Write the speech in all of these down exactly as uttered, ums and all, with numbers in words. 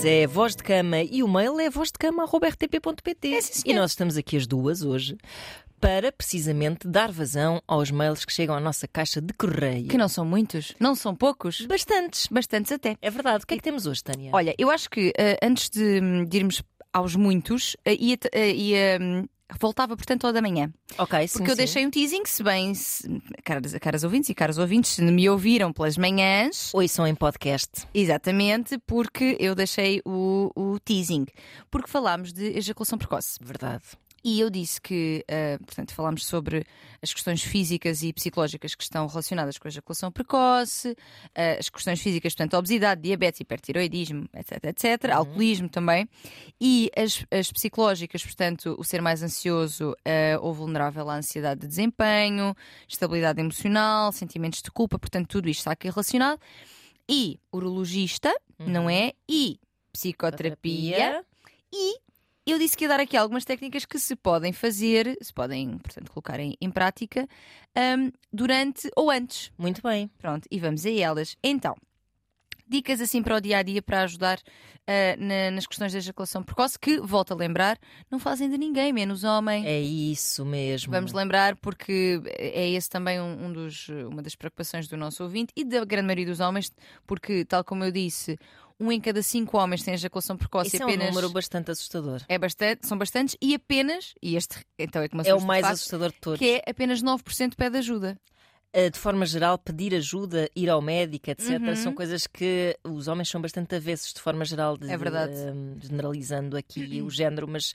é Voz de Cama e o mail é voz de cama arroba r t p ponto p t. É, sim, e nós estamos aqui as duas hoje para precisamente dar vazão aos mails que chegam à nossa caixa de correio. Que não são muitos, não são poucos. Bastantes. Bastantes até. É verdade. O que é que temos hoje, Tânia? Olha, eu acho que uh, antes de, de irmos aos muitos, uh, ia, uh, ia um, voltava, portanto, ao da manhã. Ok, sim, Porque eu sim. deixei um teasing, se bem, se, caras, caras ouvintes e caros ouvintes, se me ouviram pelas manhãs. Ouçam em podcast. Exatamente, porque eu deixei o, o teasing. Porque falámos de ejaculação precoce. Verdade. E eu disse que, uh, portanto, falámos sobre as questões físicas e psicológicas que estão relacionadas com a ejaculação precoce, uh, as questões físicas, portanto, a obesidade, diabetes, hipertiroidismo, etc, etc, uhum. alcoolismo também, e as, as psicológicas, portanto, o ser mais ansioso uh, ou vulnerável à ansiedade de desempenho, estabilidade emocional, sentimentos de culpa, portanto, tudo isto está aqui relacionado. E urologista, uhum. não é? E psicoterapia. Terapia. E eu disse que ia dar aqui algumas técnicas que se podem fazer, se podem, portanto, colocar em, em prática um, durante ou antes. Muito bem. Pronto, e vamos a elas. Então, dicas assim para o dia-a-dia para ajudar uh, na, nas questões da ejaculação precoce, que, volto a lembrar, não fazem de ninguém, menos homem. É isso mesmo. Vamos lembrar, porque é esse também um, um dos, uma das preocupações do nosso ouvinte e da grande maioria dos homens, porque, tal como eu disse, um em cada cinco homens tem ejaculação precoce. Isso apenas... é um número bastante assustador. É bastante, são bastantes e apenas, e este então é que me É o assusta mais de facto, assustador de todos. que é apenas nove por cento pede ajuda. De forma geral, pedir ajuda, ir ao médico, etcétera, Uhum. são coisas que os homens são bastante avessos, de forma geral, de, É verdade. um, generalizando aqui o género, mas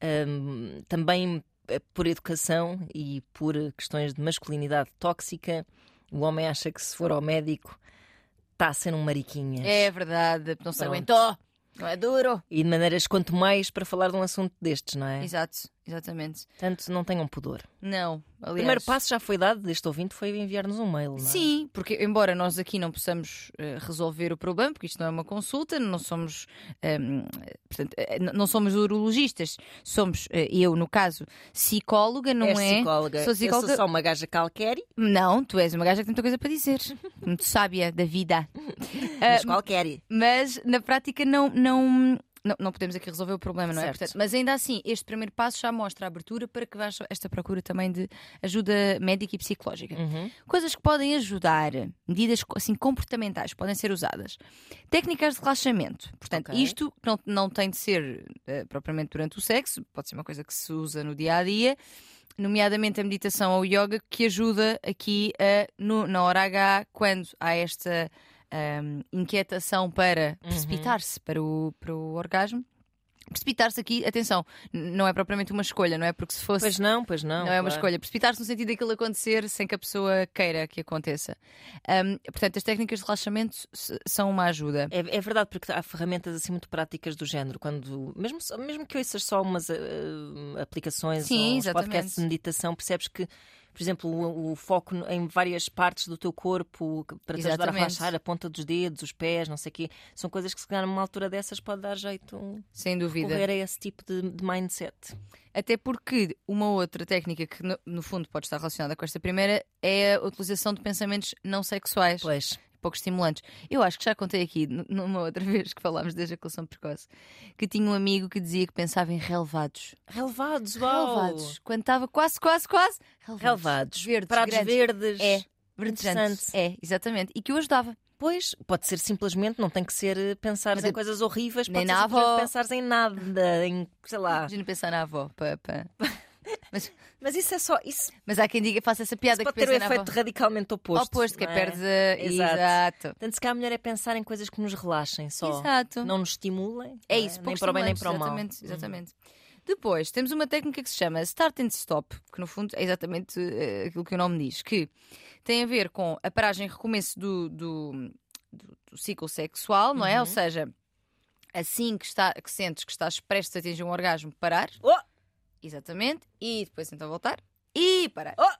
um, também por educação e por questões de masculinidade tóxica, o homem acha que se for ao médico está a ser um mariquinhas. É verdade, não se Pronto. aguentou, não é duro. E de maneiras quanto mais para falar de um assunto destes, não é? Exato, exatamente. Portanto, não tenham pudor. Não, aliás. O primeiro passo já foi dado deste ouvinte, foi enviar-nos um mail, não é? Sim, porque embora nós aqui não possamos uh, resolver o problema, porque isto não é uma consulta, não somos, um, portanto, uh, não somos urologistas, somos, uh, eu no caso, psicóloga, não És é? psicóloga. Sou psicóloga. Eu sou só uma gaja qualquer, Não, tu és uma gaja que tem muita coisa para dizer, muito sábia da vida. mas Uh, qualquer. Mas na prática não, não, não, não podemos aqui resolver o problema, não é? Certo. Portanto, mas ainda assim, este primeiro passo já mostra a abertura para que vais esta procura também de ajuda médica e psicológica. Uhum. Coisas que podem ajudar, medidas assim comportamentais podem ser usadas. Técnicas de relaxamento. Portanto, Ok. isto não, não tem de ser uh, propriamente durante o sexo, pode ser uma coisa que se usa no dia a dia. Nomeadamente a meditação ou o yoga, que ajuda aqui a, no, na hora H, quando há esta um, inquietação para Uhum. precipitar-se para o, para o orgasmo. Precipitar-se aqui, atenção, n- não é propriamente uma escolha, não é? Porque se fosse. Pois não, pois não. Não é uma claro. escolha. Precipitar-se no sentido daquilo acontecer sem que a pessoa queira que aconteça. Um, portanto, as técnicas de relaxamento s- são uma ajuda. É, é verdade, porque há ferramentas assim muito práticas do género. Quando, mesmo, só- mesmo que ouças só umas uh, aplicações Sim, ou uns exatamente. podcasts de meditação, percebes que, por exemplo, o, o foco no- em várias partes do teu corpo para te ajudar a Exatamente. relaxar, a ponta dos dedos, os pés, não sei o quê, são coisas que se calhar numa altura dessas pode dar jeito Sem dúvida. correr a esse tipo de, de mindset. Até porque uma outra técnica que, no, no fundo, pode estar relacionada com esta primeira é a utilização de pensamentos não sexuais, Pois. pouco estimulantes. Eu acho que já contei aqui, n- numa outra vez que falámos da ejaculação precoce, que tinha um amigo que dizia que pensava em relevados. Relevados, uau! Relevados. Quando estava quase, quase, quase. Relevados. Verdes, Prados grandes. verdes. É, verdes Interessante. grandes. É, exatamente. E que o ajudava. Pois, pode ser simplesmente, não tem que ser eh, pensares Mas em eu- coisas horríveis, Nem pode ser na simplesmente avó. pensares em nada, em, sei lá. Imagina pensar na avó. Pá, pá. Mas, Mas isso é só, isso, mas há quem diga, faça essa piada isso pode que ter o pensa na avó. efeito radicalmente oposto. Oposto, que é não perdes a... Exato. Exato. Portanto, se calhar melhor é pensar em coisas que nos relaxem só. Exato. Não nos estimulem. É não isso, nem poucos para o bem nem estimulantes, para o mal. Exatamente, exatamente. Depois, temos uma técnica que se chama Start and Stop, que no fundo é exatamente eh, aquilo que o nome diz, que tem a ver com a paragem e recomeço do, do, do- do ciclo sexual, não é? Uhum. Ou seja, assim que, está, que sentes que estás prestes a atingir um orgasmo, parar. Oh! Exatamente. E depois então voltar. E parar. Oh!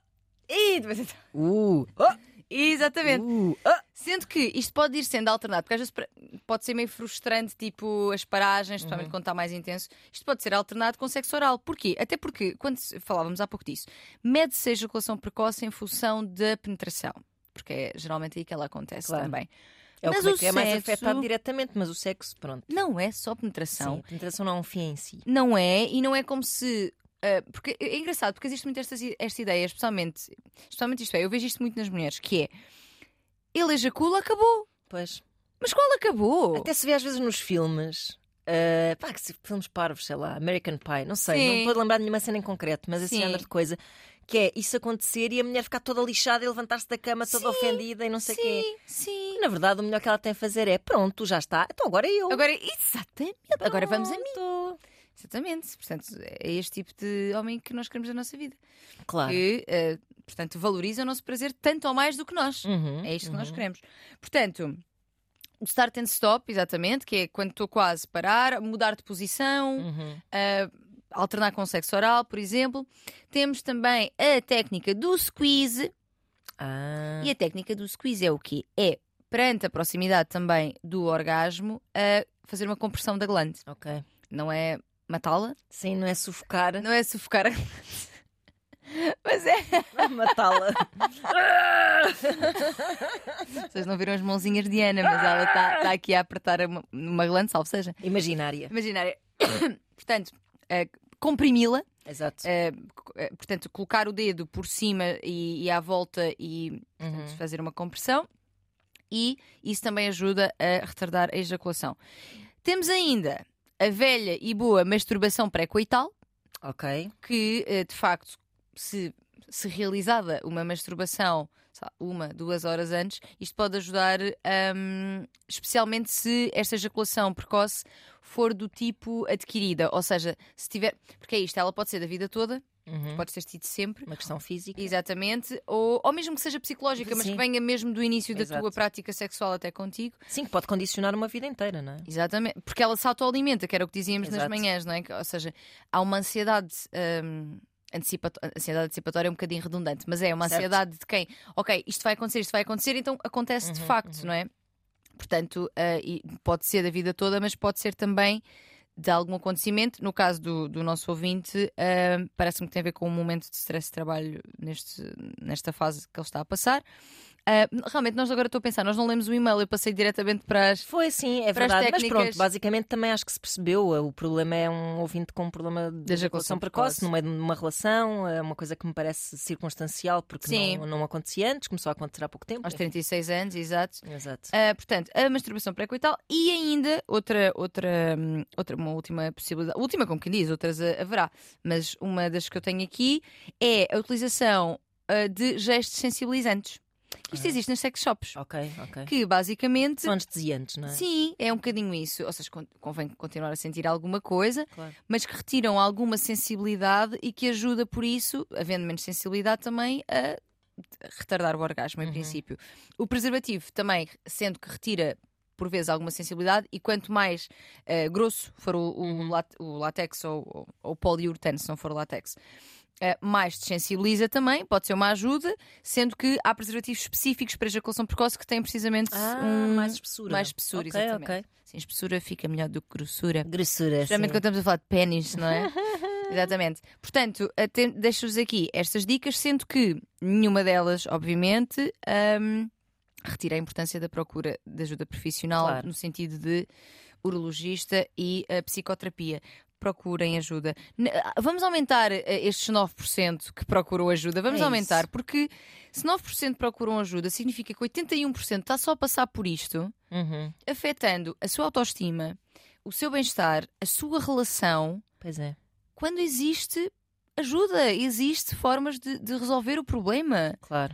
E depois então... Uh! Exatamente. Uh! Oh! Sendo que isto pode ir sendo alternado, porque às vezes pra- pode ser meio frustrante, tipo as paragens, especialmente Uhum. quando está mais intenso. Isto pode ser alternado com sexo oral. Porquê? Até porque, quando se- falávamos há pouco disso, mede-se a ejaculação precoce em função da penetração. Porque é geralmente aí que ela acontece Claro. também. É o Mas que o é, que é mais sexo- afetado diretamente, mas o sexo, pronto. Não é só penetração. Sim, a penetração não é um fim em si. Não é, e não é como se. Uh, porque é engraçado, porque existe muito esta, esta ideia, especialmente, especialmente isto é, eu vejo isto muito nas mulheres, que é ele ejacula, acabou. Pois. Mas qual acabou? Até se vê às vezes nos filmes. Uh, pá, que se- filmes parvos, sei lá, American Pie, não sei, Sim. não estou a lembrar de nenhuma cena em concreto, mas esse Sim. género de coisa, que é isso acontecer e a mulher ficar toda lixada e levantar-se da cama toda Sim, ofendida e não sei o quê. Sim, sim. Na verdade, o melhor que ela tem a fazer é pronto, já está, então agora eu. Agora, exatamente. Agora vamos a mim. Pronto. Exatamente. Portanto, é este tipo de homem que nós queremos na nossa vida. Claro. Que, uh, portanto, valoriza o nosso prazer tanto ou mais do que nós. Uhum, É isto que uhum. nós queremos. Portanto, o start and stop, exatamente, que é quando estou quase a parar, mudar de posição, Uhum. uh, alternar com sexo oral, por exemplo. Temos também a técnica do squeeze. Ah, E a técnica do squeeze é o quê? É, perante a proximidade também do orgasmo, a fazer uma compressão da glande. ok. Não é matá-la, Sim, não é sufocar, não é sufocar a glande. Mas é. não é matá-la. Vocês não viram as mãozinhas de Ana, mas ela está tá aqui a apertar uma, uma glande, salvo seja. Imaginária. Imaginária. Portanto, uh, comprimi-la, Exato. uh, uh, portanto, colocar o dedo por cima e, e à volta e portanto, Uhum. fazer uma compressão. E isso também ajuda a retardar a ejaculação. Temos ainda a velha e boa masturbação pré-coital, Ok. que eh, de facto, se, se realizada uma masturbação sei lá, uma, duas horas antes, isto pode ajudar, hum, especialmente se esta ejaculação precoce for do tipo adquirida, ou seja, se tiver, porque é isto, ela pode ser da vida toda, Uhum. pode ter tido sempre. Uma questão física. Exatamente, ou, ou mesmo que seja psicológica, mas Sim. que venha mesmo do início da Exato. tua prática sexual até contigo. Sim, que pode condicionar uma vida inteira, não é? Exatamente, porque ela se autoalimenta, que era o que dizíamos nas Exato. manhãs, não é? Que- Ou seja, há uma ansiedade. hum, antecipato- ansiedade antecipatória é um bocadinho redundante, mas é uma Certo. ansiedade de quem, ok, isto vai acontecer, isto vai acontecer, então acontece de Uhum, facto, uhum. não é? Portanto, ah, e pode ser da vida toda, mas pode ser também de algum acontecimento. No caso do, do nosso ouvinte, ah, parece-me que tem a ver com um momento de stress de trabalho neste, nesta fase que ele está a passar. Ah, realmente, nós agora estou a pensar, nós não lemos o e-mail, eu passei diretamente para as. Foi sim, é Para as verdade. Mas técnicas- pronto, basicamente também acho que se percebeu. O problema é um ouvinte com um problema de ejaculação ejaculação precoce, precoce. no meio de uma relação. É uma coisa que me parece circunstancial porque Sim. não, não acontecia antes, começou a acontecer há pouco tempo. Aos trinta e seis anos, exato. Exato. Ah, portanto, a masturbação pré-coital e ainda outra, outra, hum, outra, uma última possibilidade, última, como quem diz, outras ah, haverá, mas uma das que eu tenho aqui é a utilização ah, de gestos sensibilizantes. Isto Ah. existe nas sex shops, Ok, ok. que basicamente. São anestesiantes, não é? Sim, é um bocadinho isso. Ou seja, con- convém continuar a sentir alguma coisa, Claro. mas que retiram alguma sensibilidade e que ajuda, por isso, havendo menos sensibilidade, também a retardar o orgasmo, em Uhum. princípio. O preservativo também, sendo que retira por vezes alguma sensibilidade, e quanto mais eh, grosso for o, o, Uhum. lat- o látex ou, ou, ou poliuretano, se não for látex, eh, mais desensibiliza também, pode ser uma ajuda, sendo que há preservativos específicos para ejaculação precoce que têm precisamente Ah, um, mais espessura. mais espessura, Ok, exatamente. ok. Sim, espessura fica melhor do que grossura. Grossura, Especialmente sim. quando estamos a falar de pênis, não é? Exatamente. Portanto, até- deixo-vos aqui estas dicas, sendo que nenhuma delas, obviamente, hum, retira a importância da procura de ajuda profissional Claro. no sentido de urologista e a psicoterapia. Procurem ajuda. N- Vamos aumentar eh, estes nove por cento que procuram ajuda. Vamos É aumentar, isso. porque se nove por cento procuram ajuda, significa que oitenta e um por cento está só a passar por isto, Uhum. afetando a sua autoestima, o seu bem-estar, a sua relação. Pois é. Quando existe ajuda, existe formas de, de resolver o problema. Claro.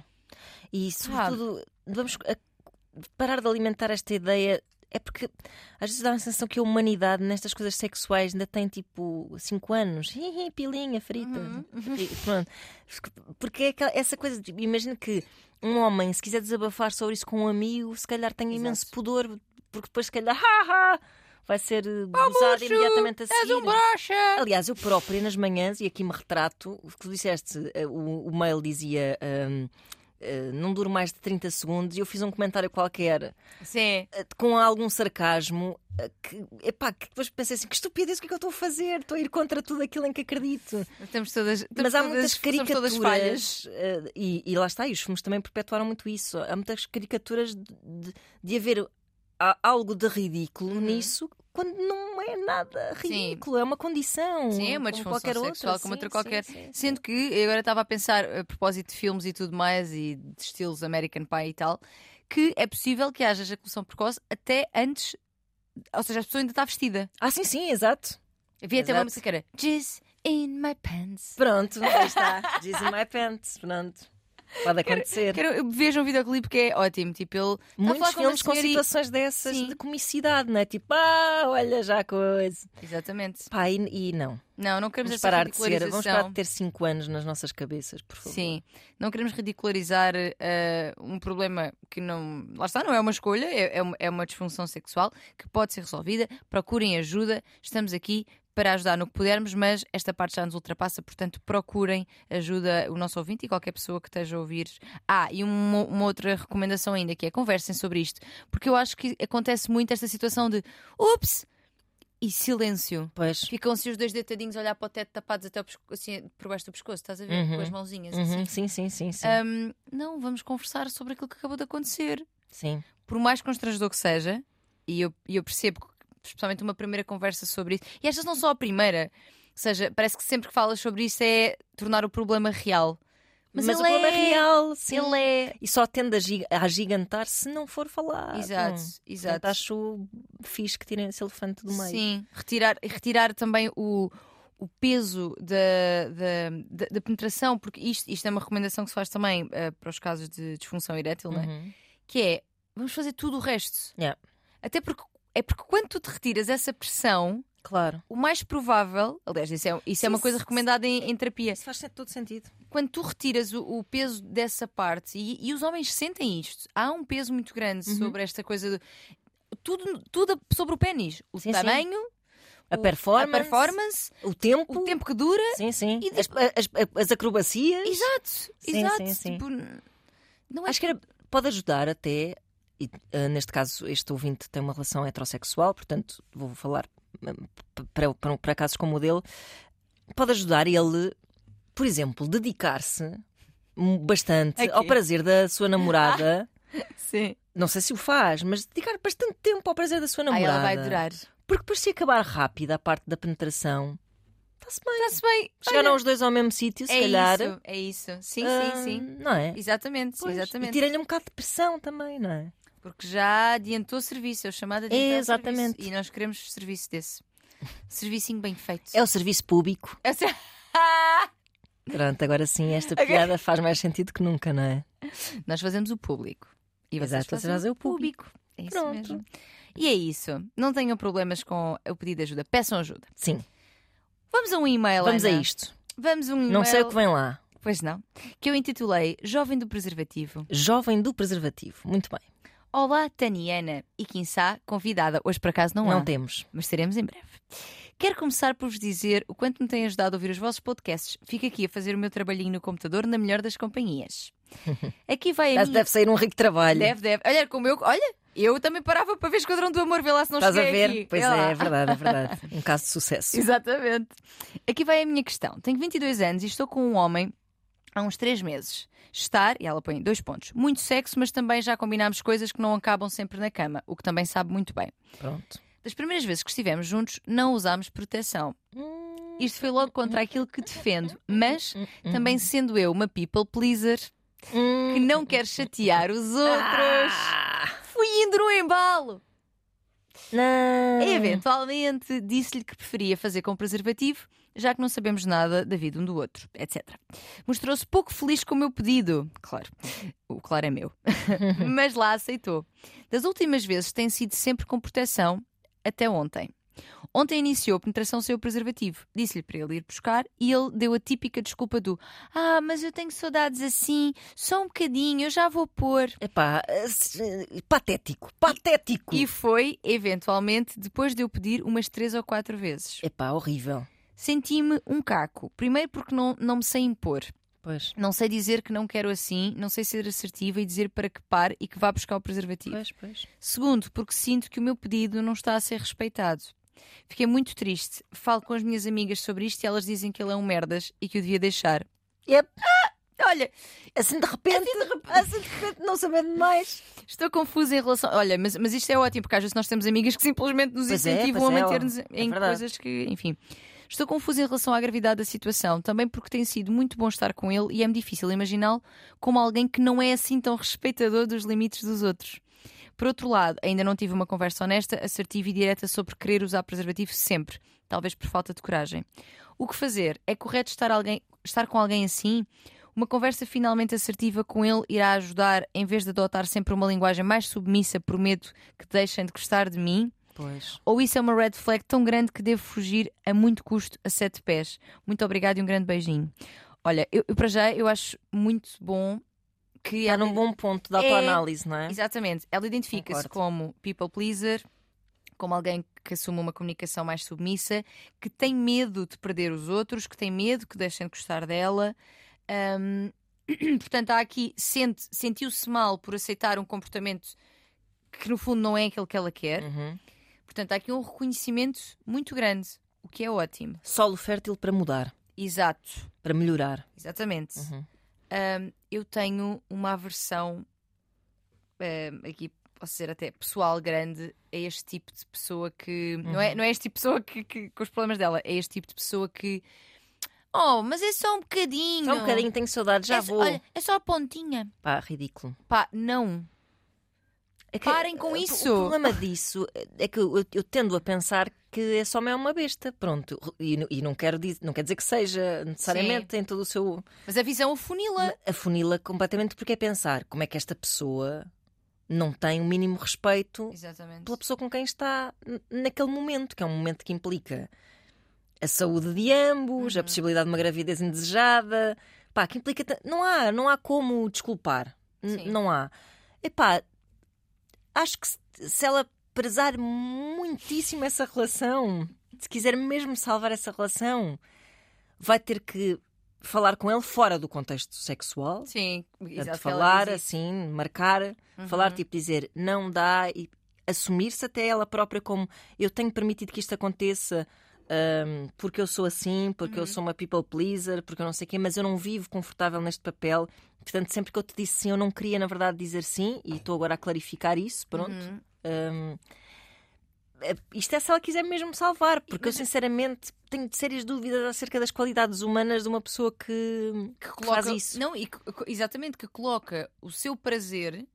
E sobretudo, vamos a- parar de alimentar esta ideia. É porque às vezes dá a sensação que a humanidade nestas coisas sexuais ainda tem tipo cinco anos. Hi, hi, pilinha frita. Uhum, E pronto. Porque é aquela- essa coisa. de- Imagina que um homem, se quiser desabafar sobre isso com um amigo, se calhar tem imenso Exato. pudor, porque depois, se calhar, ha, ha, vai ser eh, gozado imediatamente a És seguir. um brocha! Aliás, eu própria nas manhãs, e aqui me retrato, o que tu disseste, eh, o, o mail dizia. hum, uh, não duro mais de trinta segundos e eu fiz um comentário qualquer Sim. uh, com algum sarcasmo uh, que, epá, que depois pensei assim, que estupidez, o que é que eu estou a fazer? Estou a ir contra tudo aquilo em que acredito. Estamos todas, estamos Mas há todas, muitas somos todas caricaturas falhas. uh, e, e lá está, e os filmes também perpetuaram muito isso. Há muitas caricaturas de, de, de haver há algo de ridículo Uhum. nisso, quando não é nada ridículo, sim. É uma condição. Sim, é uma como disfunção qualquer sexual outra. como outra Sim, qualquer. sim, sim, Sendo sim. que eu agora estava a pensar, a propósito de filmes e tudo mais, e de estilos American Pie e tal, que é possível que haja ejaculação precoce até antes, ou seja, a pessoa ainda está vestida. Ah, sim, sim, exato. Havia até uma Exato. música que era Jizz in my pants. Pronto, aí está. Jizz in my pants. Pronto. Pode acontecer. Quero, quero, vejo um videoclipe que é ótimo. Tipo, ele muitos com filmes com senhora e... situações dessas sim. de comicidade, não é? Tipo, ah, olha já a coisa. Exatamente. Pá, e, e não. Não, não queremos Vamos essa parar de ridicularização. ser, vamos parar de ter cinco anos nas nossas cabeças, por favor. Sim, não queremos ridicularizar uh, um problema que não. Lá está, não é uma escolha, é, é, uma, é uma disfunção sexual que pode ser resolvida. Procurem ajuda, estamos aqui para ajudar no que pudermos, mas esta parte já nos ultrapassa, portanto procurem ajuda, o nosso ouvinte e qualquer pessoa que esteja a ouvir. Ah, e uma, uma outra recomendação ainda, que é conversem sobre isto, porque eu acho que acontece muito esta situação de ups! E silêncio. Pois. Ficam-se os dois deitadinhos a olhar para o teto tapados até o pesco... assim, por baixo do pescoço, estás a ver? Uhum. Com as mãozinhas Uhum. assim. Sim, sim, sim. sim. Um, não, vamos conversar sobre aquilo que acabou de acontecer. Sim. Por mais constrangedor que seja, e eu, eu percebo que, especialmente uma primeira conversa sobre isso, e estas não só a primeira, ou seja, parece que sempre que falas sobre isso é tornar o problema real. Mas, Mas o ele problema é real, sim. Ele é. E só tende a, gi- a agigantar se não for falar. Exato, Hum. exato. Portanto, acho fixe que tirem esse elefante do meio. Sim, retirar, retirar também o, o peso da, da, da, da penetração, porque isto, isto é uma recomendação que se faz também uh, para os casos de disfunção erétil, não é? Uhum. Que é, vamos fazer tudo o resto. Yeah. Até porque é porque quando tu te retiras essa pressão, Claro. o mais provável, aliás, isso é, isso é uma coisa recomendada em, em terapia. Isso faz todo sentido. Quando tu retiras o, o peso dessa parte, e, e os homens sentem isto, há um peso muito grande Uhum. sobre esta coisa de, tudo, tudo sobre o pénis, o Sim, tamanho, sim. A o- performance, a performance, o tempo. o tempo que dura. Sim, sim. E As, as, as acrobacias. Exato, Sim, exato. sim, sim. Tipo, não é Acho que era- pode ajudar até, e, uh, neste caso, este ouvinte tem uma relação heterossexual, portanto, vou falar um, para, para, para casos como o dele, pode ajudar ele, por exemplo, dedicar-se um, bastante Aqui. ao prazer da sua namorada. Sim. Não sei se o faz, mas dedicar bastante tempo ao prazer da sua Aí namorada. ela vai durar. Porque depois, se acabar rápido a parte da penetração, está-se bem. Está-se bem. Chegaram Olha, os dois ao mesmo sítio, se é calhar. isso, é isso. Sim, ah, sim, sim. Não é? Exatamente, Pois, exatamente. E tira-lhe um bocado de pressão também, não é? Porque já adiantou serviço, é o chamado adiantar Exatamente. serviço. E nós queremos serviço desse. Servicinho bem feito. É o serviço público. É o ser- Pronto, agora sim, esta piada faz mais sentido que nunca, não é? Nós fazemos o público. E vocês Exato, vocês fazem o público. É isso Pronto. mesmo. E é isso. Não tenham problemas com o pedido de ajuda. Peçam ajuda. Sim, Vamos a um e-mail, vamos a Ana. isto. Vamos a um e-mail. Não sei o que vem lá. Pois não. Que eu intitulei Jovem do Preservativo. Jovem do preservativo. Muito bem. Olá, Taniana e quiçá convidada. Hoje por acaso não, Não há, temos. mas teremos em breve. Quero começar por vos dizer o quanto me tem ajudado a ouvir os vossos podcasts. Fico aqui a fazer o meu trabalhinho no computador na melhor das companhias. Aqui vai a Deve, minha... deve sair um rico trabalho. Deve, deve. Olha, como eu... Olha, eu também parava para ver Esquadrão do Amor, vê lá se não Estás a cheguei ver? aqui. Pois Vê é, lá. é verdade, é verdade. Um caso de sucesso. Exatamente. Aqui vai a minha questão. Tenho vinte e dois anos e estou com um homem há uns três meses. Estar, e ela põe dois pontos, muito sexo, mas também já combinámos coisas que não acabam sempre na cama, o que também sabe muito bem. Pronto. Das primeiras vezes que estivemos juntos, não usámos proteção. Hum, Isto foi logo contra aquilo que defendo, mas também sendo eu uma people pleaser que não quer chatear os outros, Ah, fui indo no embalo. não. Eventualmente disse-lhe que preferia fazer com preservativo, já que não sabemos nada da vida um do outro, etcétera. Mostrou-se pouco feliz com o meu pedido. Claro, o claro é meu. Mas lá aceitou. Das últimas vezes tem sido sempre com proteção, até ontem. Ontem iniciou a penetração sem o preservativo. Disse-lhe para ele ir buscar e ele deu a típica desculpa do ah, mas eu tenho saudades assim, só um bocadinho, eu já vou pôr. Epá, eh, patético, patético. E foi, eventualmente, depois de eu pedir umas três ou quatro vezes. Epá, horrível. Senti-me um caco. Primeiro porque não, não me sei impor. Pois. Não sei dizer que não quero assim, não sei ser assertiva e dizer para que pare e que vá buscar o preservativo. Pois, pois. Segundo, porque sinto que o meu pedido não está a ser respeitado. Fiquei muito triste. Falo com as minhas amigas sobre isto e elas dizem que ele é um merdas e que eu devia deixar. Yep. Olha, assim de repente, assim de repente, assim de repente não sabendo mais. Estou confusa em relação. Olha, mas, mas isto é ótimo, porque às vezes nós temos amigas que simplesmente nos Pois é, incentivam pois a é, manter-nos é em verdade. coisas que. Enfim. Estou confusa em relação à gravidade da situação, também porque tem sido muito bom estar com ele e é-me difícil imaginá-lo como alguém que não é assim tão respeitador dos limites dos outros. Por outro lado, ainda não tive uma conversa honesta, assertiva e direta sobre querer usar preservativo sempre, talvez por falta de coragem. O que fazer? É correto estar, alguém, estar com alguém assim? Uma conversa finalmente assertiva com ele irá ajudar, em vez de adotar sempre uma linguagem mais submissa por medo que deixem de gostar de mim? Pois. Ou isso é uma red flag tão grande que devo fugir a muito custo a sete pés? Muito obrigada e um grande beijinho. Olha, eu, eu para já eu acho muito bom que Está ela... num bom ponto de É- autoanálise, não é? Exatamente. Ela identifica-se Concordo. como people pleaser, como alguém que assume uma comunicação mais submissa, que tem medo de perder os outros, que tem medo que deixem de gostar dela. Ahm, Portanto, há aqui, sente, sentiu-se mal por aceitar um comportamento que no fundo não é aquele que ela quer. Uhum. Portanto, há aqui um reconhecimento muito grande, o que é ótimo. Solo fértil para mudar, Exato, para melhorar. exatamente. Uhum. Ahm, eu tenho uma aversão, ahm, aqui posso dizer até pessoal grande, a este tipo de pessoa que. Não, é, não é este tipo de pessoa que, que- com os problemas dela, é este tipo de pessoa que. Oh, mas é só um bocadinho. Só um bocadinho, tenho saudade, já É, vou. Olha, é só a pontinha. Pá, ridículo. Pá, não. É que, Parem com eh, isso. O problema disso é que eu, eu tendo a pensar que é só mesmo uma besta, pronto. E, e não, quero dizer, não quer dizer que seja necessariamente em todo o seu. Mas a visão afunila. Afunila completamente, porque é pensar como é que esta pessoa não tem o mínimo respeito Exatamente. pela pessoa com quem está n- naquele momento, que é um momento que implica a saúde de ambos, Uhum. a possibilidade de uma gravidez indesejada. Pá, que implica. ta- Não há, não há como desculpar. N- Sim. Não há. Epá, acho que se, se ela prezar muitíssimo essa relação, se quiser mesmo salvar essa relação, vai ter que falar com ele fora do contexto sexual. Sim, Portanto, exato. falar ela diz isso. assim, marcar, Uhum. falar tipo dizer não dá e assumir-se até ela própria como eu tenho permitido que isto aconteça hum, porque eu sou assim, porque Uhum. eu sou uma people pleaser, porque eu não sei o quê, mas eu não vivo confortável neste papel. Portanto, sempre que eu te disse sim, eu não queria na verdade dizer sim e estou agora a clarificar isso, pronto. Uhum. Hum, é- isto é se ela quiser mesmo salvar, porque eu Mas- sinceramente tenho sérias dúvidas acerca das qualidades humanas de uma pessoa que, Que que coloca, faz isso. Não, e que- exatamente, que coloca o seu prazer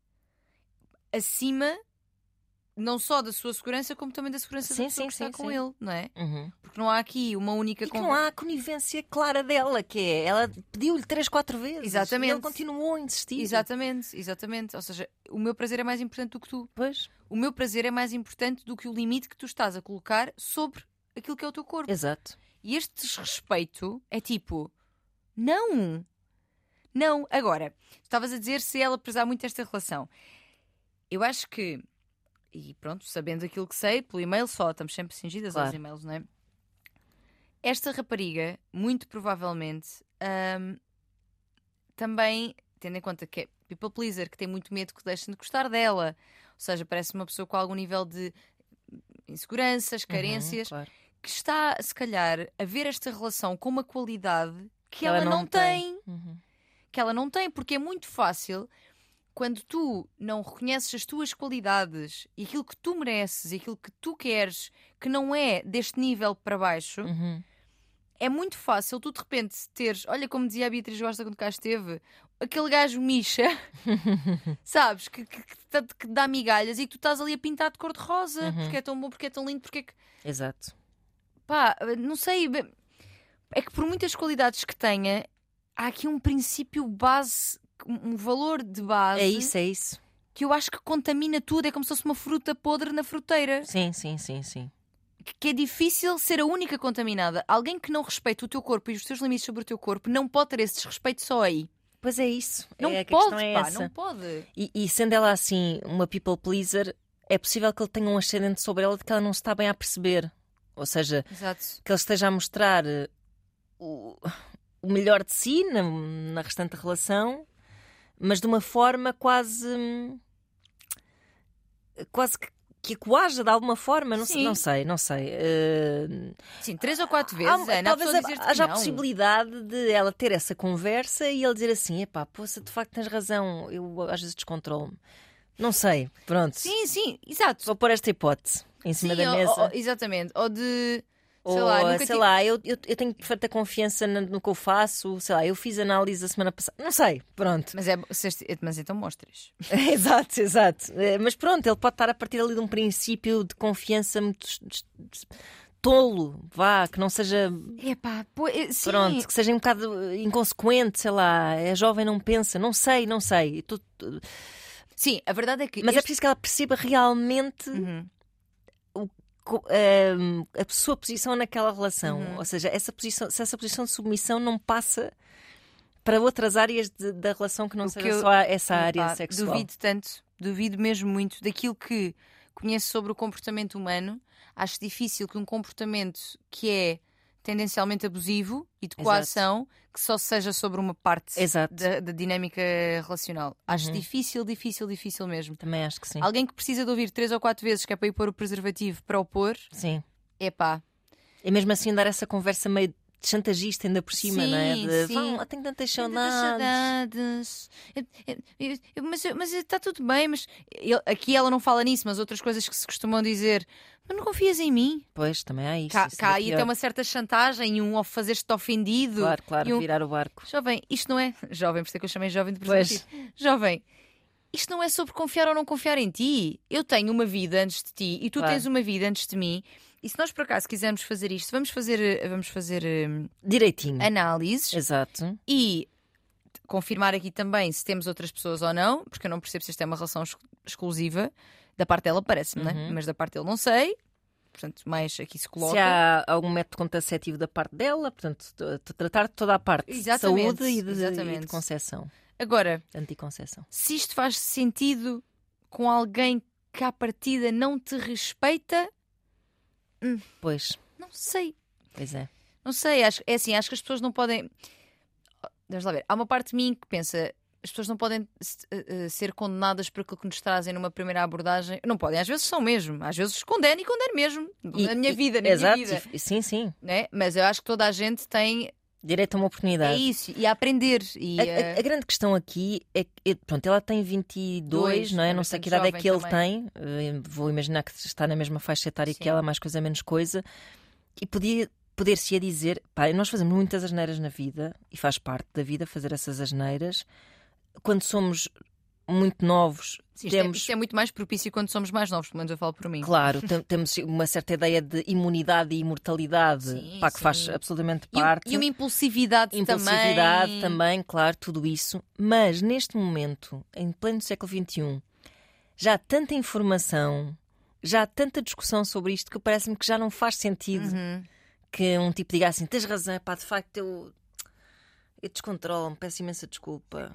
acima não só da sua segurança, como também da segurança Sim, da pessoa sim, que está sim, com sim. ele, não é? Uhum. Porque não há aqui uma única E que conver- não há conivência clara dela, que é ela pediu-lhe três, quatro vezes Exatamente. e ele continuou a insistir. Exatamente, exatamente. Ou seja, o meu prazer é mais importante do que tu. Pois, O meu prazer é mais importante do que o limite que tu estás a colocar sobre aquilo que é o teu corpo. exato. E este desrespeito é tipo, não, não. Agora, tu estavas a dizer se ela prezar muito esta relação. Eu acho que, e pronto, sabendo aquilo que sei, pelo e-mail só, estamos sempre cingidas aos Claro. e-mails, não é? Esta rapariga, muito provavelmente, hum, também, tendo em conta que é people pleaser, que tem muito medo que deixem de gostar dela, ou seja, parece uma pessoa com algum nível de inseguranças, carências, Uhum, claro. que está, se calhar, a ver esta relação com uma qualidade que, Que ela, ela não, não tem. tem. Uhum. Que ela não tem, porque é muito fácil quando tu não reconheces as tuas qualidades e aquilo que tu mereces e aquilo que tu queres, que não é deste nível para baixo, Uhum. é muito fácil tu de repente teres, olha como dizia a Beatriz Gosta quando cá esteve, aquele gajo micha, sabes, que, que, que tá- que dá migalhas e que tu estás ali a pintar de cor-de-rosa, Uhum. porque é tão bom, porque é tão lindo, porque é que Exato. pá, não sei, é que por muitas qualidades que tenha, há aqui um princípio base, um valor de base É isso, é isso. que eu acho que contamina tudo, é como se fosse uma fruta podre na fruteira, Sim, sim, sim, sim. que- que é difícil ser a única contaminada. Alguém que não respeita o teu corpo e os teus limites sobre o teu corpo não pode ter esse desrespeito só aí. Pois é isso. Não é, que pode, a questão é pá, essa. não pode. E, e sendo ela assim uma people pleaser, é possível que ele tenha um ascendente sobre ela de que ela não se está bem a perceber. Ou seja, Exato. que ele esteja a mostrar eh, o, o melhor de si na, na restante relação, mas de uma forma quase quase que, que a coaja de alguma forma, não, sei, não sei, não sei. Uh... Sim, três ou quatro vezes, há, Ana, talvez a haja a não. possibilidade de ela ter essa conversa e ele dizer assim, epá, poça, de facto tens razão, eu às vezes descontrolo-me. Não sei, pronto. Sim, sim, exato. Vou pôr esta hipótese em cima sim, da ou, mesa. Ou, exatamente, ou de... Sei Ou, lá, nunca sei tive... lá, eu, eu, eu tenho perfeita confiança no, no que eu faço. Sei lá, eu fiz análise a semana passada. Não sei, pronto. Mas, é, mas então mostras. Exato, exato. Mas pronto, ele pode estar a partir ali de um princípio de confiança muito tolo, vá, que não seja. Epá, pô, sim. Pronto, que seja um bocado inconsequente, sei lá, é jovem, não pensa, não sei, não sei. Tô... Sim, a verdade é que. Mas este... é preciso que ela perceba realmente. Uhum. A, a sua posição naquela relação, uhum. Ou seja, essa posição, se essa posição de submissão não passa para outras áreas de, da relação que não o seja que eu, só essa área pá, sexual. Duvido tanto, duvido mesmo muito daquilo que conheço sobre o comportamento humano. Acho difícil que um comportamento que é tendencialmente abusivo e de coação, exato, que só seja sobre uma parte da, da dinâmica relacional. Acho uhum. difícil, difícil, difícil mesmo. Também acho que sim. Alguém que precisa de ouvir três ou quatro vezes que é para ir pôr o preservativo para o pôr, sim. Epá. E mesmo assim dar essa conversa meio chantagista ainda por cima, sim, não é? De, sim. Vão, tenho tantas saudades. Mas, mas está tudo bem, mas ele, aqui ela não fala nisso, mas outras coisas que se costumam dizer. Mas não confias em mim? Pois, também há isso. Cá, isso cá aí até uma certa chantagem e um ao fazer-te ofendido. Claro, claro, e um... virar o barco. Jovem, isto não é. Jovem, por isso é que eu chamei jovem de preservativo. Jovem, isto não é sobre confiar ou não confiar em ti. Eu tenho uma vida antes de ti e tu claro. Tens uma vida antes de mim. E se nós por acaso quisermos fazer isto, vamos fazer, vamos fazer direitinho análises. Exato. E confirmar aqui também se temos outras pessoas ou não, porque eu não percebo se isto é uma relação exclusiva. Da parte dela parece-me, uhum. né? Mas da parte dele não sei. Portanto, mais aqui se coloca. Se há algum método contraceptivo da parte dela, portanto, tratar de toda a parte exatamente, de saúde e de, exatamente. E de concepção. Agora, anticoncepção. Se isto faz sentido com alguém que à partida não te respeita, hum, pois. Não sei. Pois é. Não sei, acho, é assim, acho que as pessoas não podem. Vamos lá ver. Há uma parte de mim que pensa. As pessoas não podem uh, ser condenadas por aquilo que nos trazem numa primeira abordagem. Não podem, às vezes são mesmo. Às vezes condeno e condeno mesmo. E, na minha vida, na exato, minha vida. E, sim, sim. Né? Mas eu acho que toda a gente tem direito a uma oportunidade. É isso, e a aprender. E, a, a, a grande questão aqui é que, pronto, ela tem vinte e dois, dois, não é? Não sei que idade é que ele também. tem. Uh, vou imaginar que está na mesma faixa etária que ela, mais coisa, menos coisa. E podia... poder-se-ia dizer, pá, nós fazemos muitas asneiras na vida, e faz parte da vida fazer essas asneiras. Quando somos muito novos, sim, temos... isto é, isto é muito mais propício quando somos mais novos, pelo menos eu falo por mim. Claro, temos uma certa ideia de imunidade e imortalidade, sim, pá, que sim. faz absolutamente parte. E, e uma impulsividade, impulsividade também. também, claro, tudo isso. Mas neste momento, em pleno século vinte e um, já há tanta informação, já há tanta discussão sobre isto que parece-me que já não faz sentido uhum. que um tipo diga assim, tens razão, pá, de facto eu, eu descontrolo-me, peço imensa desculpa.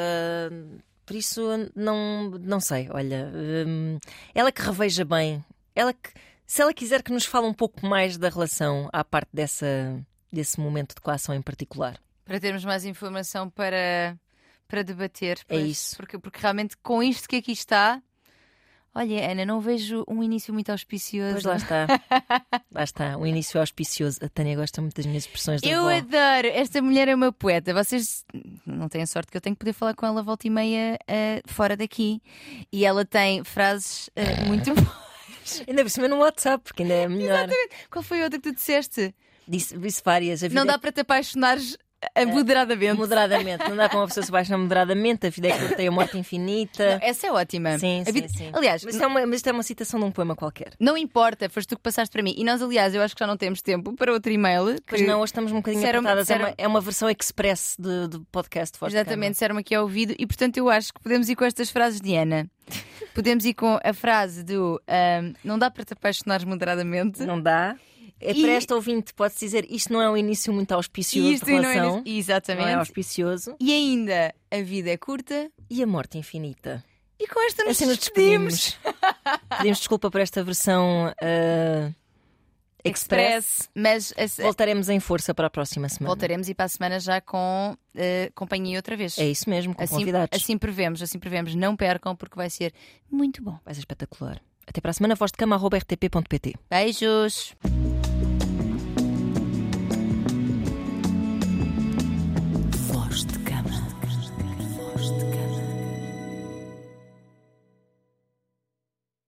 Uh, por isso, não, não sei, olha, um, ela que reveja bem, ela que, se ela quiser que nos fale um pouco mais da relação à parte dessa, desse momento de coação em particular. Para termos mais informação para, para debater. Pois, é isso. Porque, porque realmente com isto que aqui está... Olha, Ana, não vejo um início muito auspicioso. Pois lá está. Lá está, um início auspicioso. A Tânia gosta muito das minhas expressões da Eu avó. adoro. Esta mulher é uma poeta. Vocês não têm sorte que eu tenho que poder falar com ela volta e meia uh, fora daqui. E ela tem frases uh, muito boas. Ainda por cima no WhatsApp, porque ainda é melhor. Exatamente. Qual foi a outra que tu disseste? Disse, disse várias. A vida não dá é... para te apaixonares... Moderadamente. Uh, moderadamente. Não dá para uma pessoa se apaixonar moderadamente. A vida é curta e a morte infinita. Não, essa é ótima. Sim, a vida... sim, sim. Aliás, mas isto, é uma, mas isto é uma citação de um poema qualquer. Não importa, foste tu que passaste para mim. E nós, aliás, eu acho que já não temos tempo para outro e-mail. Que... Pois não, hoje estamos um bocadinho disseram, apertadas. disseram... É, uma, é uma versão express de, de podcast. Exatamente, disseram-me aqui ao ouvido. E portanto eu acho que podemos ir com estas frases de Ana. Podemos ir com a frase do um, não dá para te apaixonares moderadamente. Não dá. É para esta ouvinte, pode-se dizer, isto não é um início muito auspicioso isto de relação. Não é, exatamente. Não é auspicioso. E ainda, a vida é curta. E a morte infinita. E com esta nos assim despedimos. Pedimos desculpa por esta versão uh, Express. Mas a- Voltaremos em força para a próxima semana. voltaremos e para a semana já com uh, companhia outra vez. É isso mesmo, com assim, convidados. assim prevemos, assim prevemos. Não percam porque vai ser muito bom. Vai ser espetacular. Até para a semana, voz de cama arroba r t p ponto p t. Beijos!